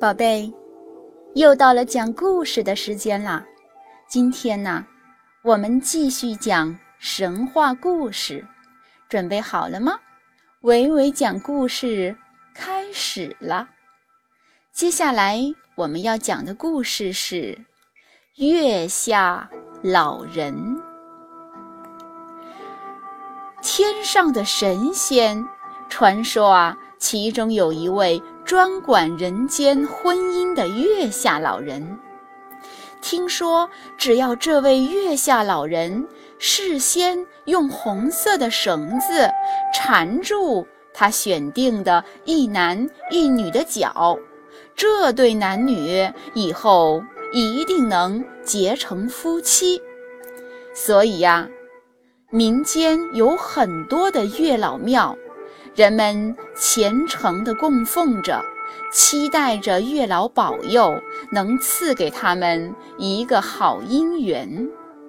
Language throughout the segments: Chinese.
宝贝，又到了讲故事的时间啦。今天呢，我们继续讲神话故事，准备好了吗？维维讲故事开始了。接下来我们要讲的故事是月下老人。天上的神仙，传说其中有一位专管人间婚姻的月下老人。听说只要这位月下老人事先用红色的绳子缠住他选定的一男一女的脚，这对男女以后一定能结成夫妻。所以民间有很多的月老庙，人们虔诚地供奉着，期待着月老保佑能赐给他们一个好姻缘。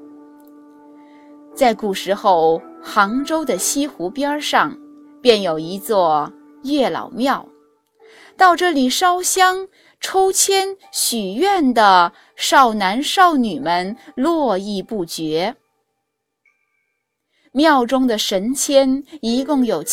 在古时候，杭州的西湖边上便有一座月老庙，到这里烧香抽签许愿的少男少女们络绎不绝。庙中的神签一共有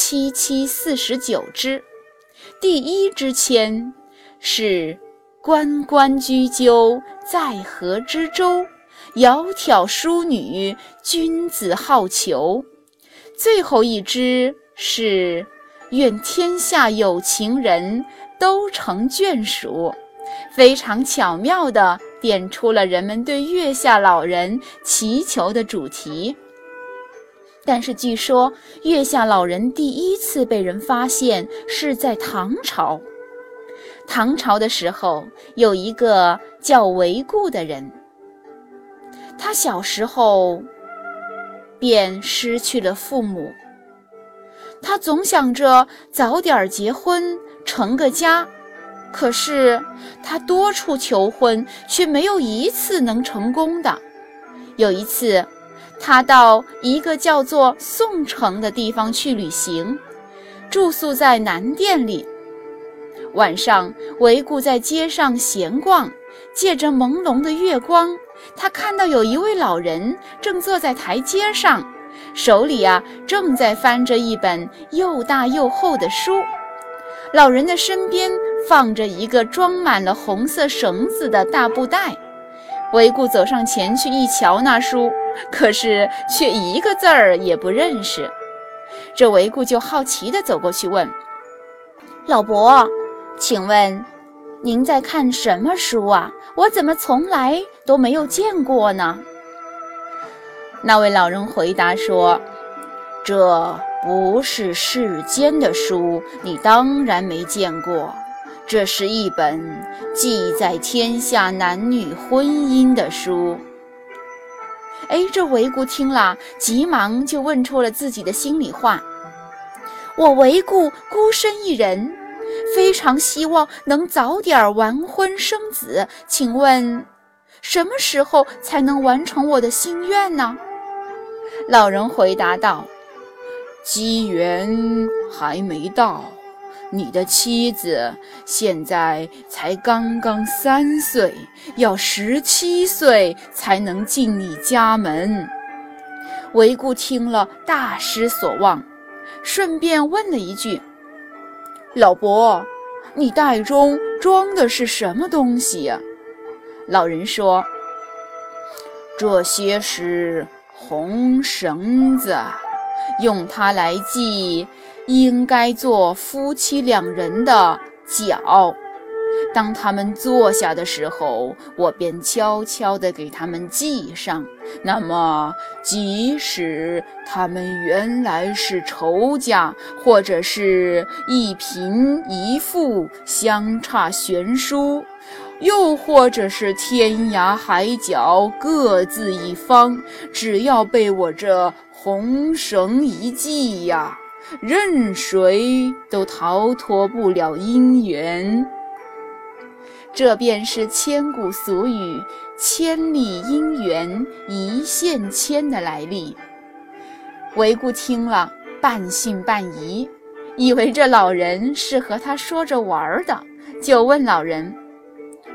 749支，第一支签是关关雎鸠，在河之洲，窈窕淑女，君子好逑。最后一支是愿天下有情人都成眷属，非常巧妙地点出了人们对月下老人祈求的主题。但是据说月下老人第一次被人发现是在唐朝。唐朝的时候，有一个叫韦固的人，他小时候便失去了父母，他总想着早点结婚成个家，可是他多处求婚却没有一次能成功的。有一次他到一个叫做宋城的地方去旅行，住宿在南店里。晚上韦固在街上闲逛，借着朦胧的月光，他看到有一位老人正坐在台阶上，手里正在翻着一本又大又厚的书。老人的身边放着一个装满了红色绳子的大布袋。韦固走上前去一瞧那书，可是却一个字儿也不认识。这韦固就好奇地走过去问：老伯，请问您在看什么书啊？我怎么从来都没有见过呢？那位老人回答说：这不是世间的书，你当然没见过，这是一本记载天下男女婚姻的书。这韦固听了，急忙就问出了自己的心里话：我韦固孤身一人，非常希望能早点完婚生子，请问什么时候才能完成我的心愿呢？老人回答道：机缘还没到，你的妻子现在才刚刚3岁，要17岁才能进你家门。韦固听了大失所望，顺便问了一句：老伯，你袋中装的是什么东西呀？老人说：这些是红绳子，用它来系应该做夫妻2人的脚。当他们坐下的时候，我便悄悄地给他们系上，那么即使他们原来是仇家，或者是一贫一富，相差悬殊，又或者是天涯海角各自一方，只要被我这红绳一系任谁都逃脱不了姻缘。这便是千古俗语千里姻缘一线牵的来历。韦固听了半信半疑，以为这老人是和他说着玩的，就问老人：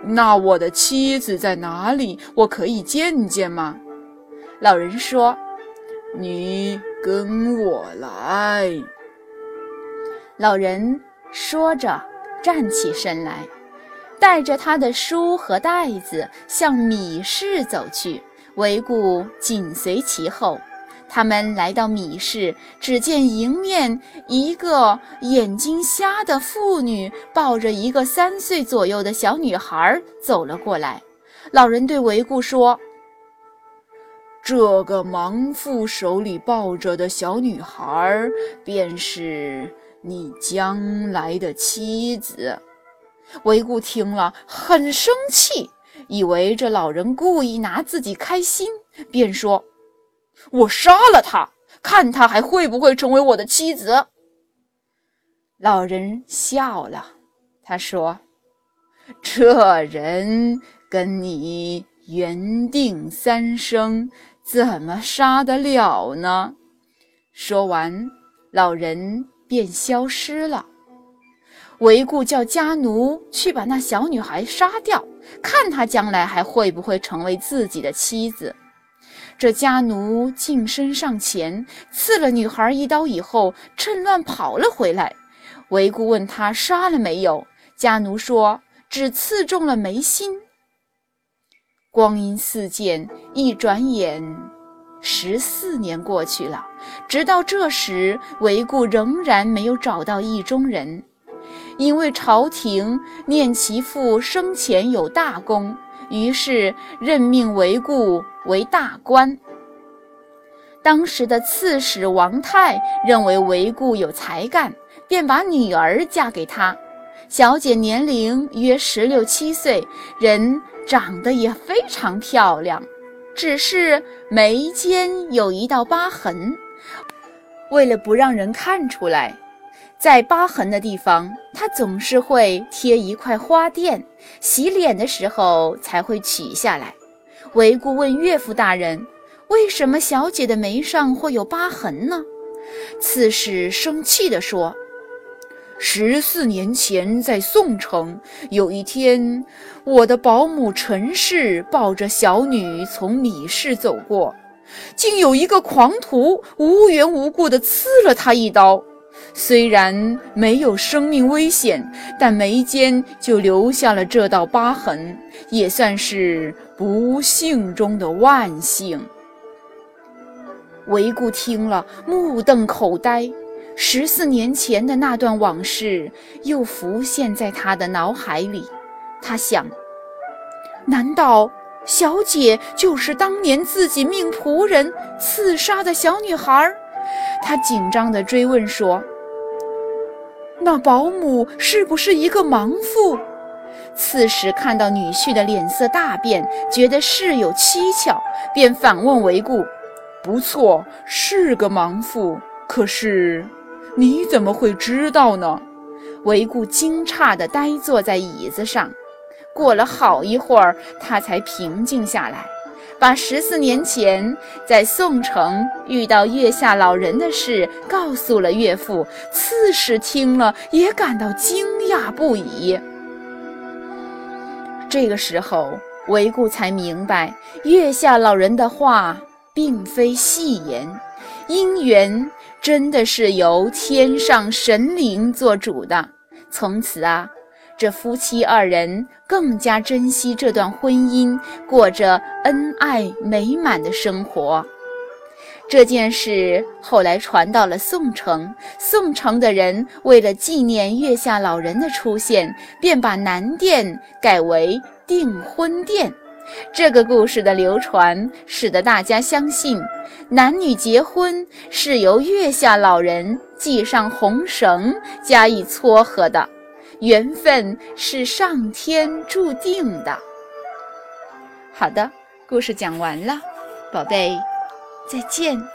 那我的妻子在哪里？我可以见见吗？老人说，你跟我来。老人说着站起身来，带着他的书和袋子向米市走去，维固紧随其后。他们来到米市，只见迎面一个眼睛瞎的妇女抱着一个3岁左右的小女孩走了过来。老人对维固说，这个盲妇手里抱着的小女孩便是你将来的妻子。维固听了很生气，以为这老人故意拿自己开心，便说，我杀了她，看她还会不会成为我的妻子。老人笑了，他说，这人跟你缘定3生，怎么杀得了呢？说完，老人便消失了。维固叫家奴去把那小女孩杀掉，看她将来还会不会成为自己的妻子。这家奴近身上前，刺了女孩一刀以后，趁乱跑了回来。维固问他杀了没有，家奴说只刺中了眉心。光阴似箭，一转眼14年过去了，直到这时，维固仍然没有找到意中人。因为朝廷念其父生前有大功，于是任命维固为大官。当时的刺史王泰认为维固有才干，便把女儿嫁给他。小姐年龄约16、17岁，人长得也非常漂亮，只是眉间有一道疤痕。为了不让人看出来，在疤痕的地方，他总是会贴一块花钿，洗脸的时候才会取下来。维固问岳父大人，为什么小姐的眉上会有疤痕呢？刺史生气地说，14年前在宋城，有一天，我的保姆陈氏抱着小女从米市走过，竟有一个狂徒无缘无故地刺了她一刀。虽然没有生命危险，但眉间就留下了这道疤痕，也算是不幸中的万幸。维固听了，目瞪口呆，14年前的那段往事又浮现在他的脑海里。他想，难道小姐就是当年自己命仆人刺杀的小女孩？他紧张地追问说，那保姆是不是一个盲妇？刺史看到女婿的脸色大变，觉得事有蹊跷，便反问维固，不错，是个盲妇，可是你怎么会知道呢？维固惊诧地呆坐在椅子上，过了好一会儿，他才平静下来，把14年前在宋城遇到月下老人的事告诉了岳父。刺史听了也感到惊讶不已。这个时候，维固才明白，月下老人的话并非戏言，姻缘真的是由天上神灵做主的。从此啊，这夫妻2人更加珍惜这段婚姻，过着恩爱美满的生活。这件事后来传到了宋城，宋城的人为了纪念月下老人的出现，便把南殿改为订婚殿。这个故事的流传，使得大家相信，男女结婚是由月下老人系上红绳加以撮合的，缘分是上天注定的。好的，故事讲完了，宝贝，再见。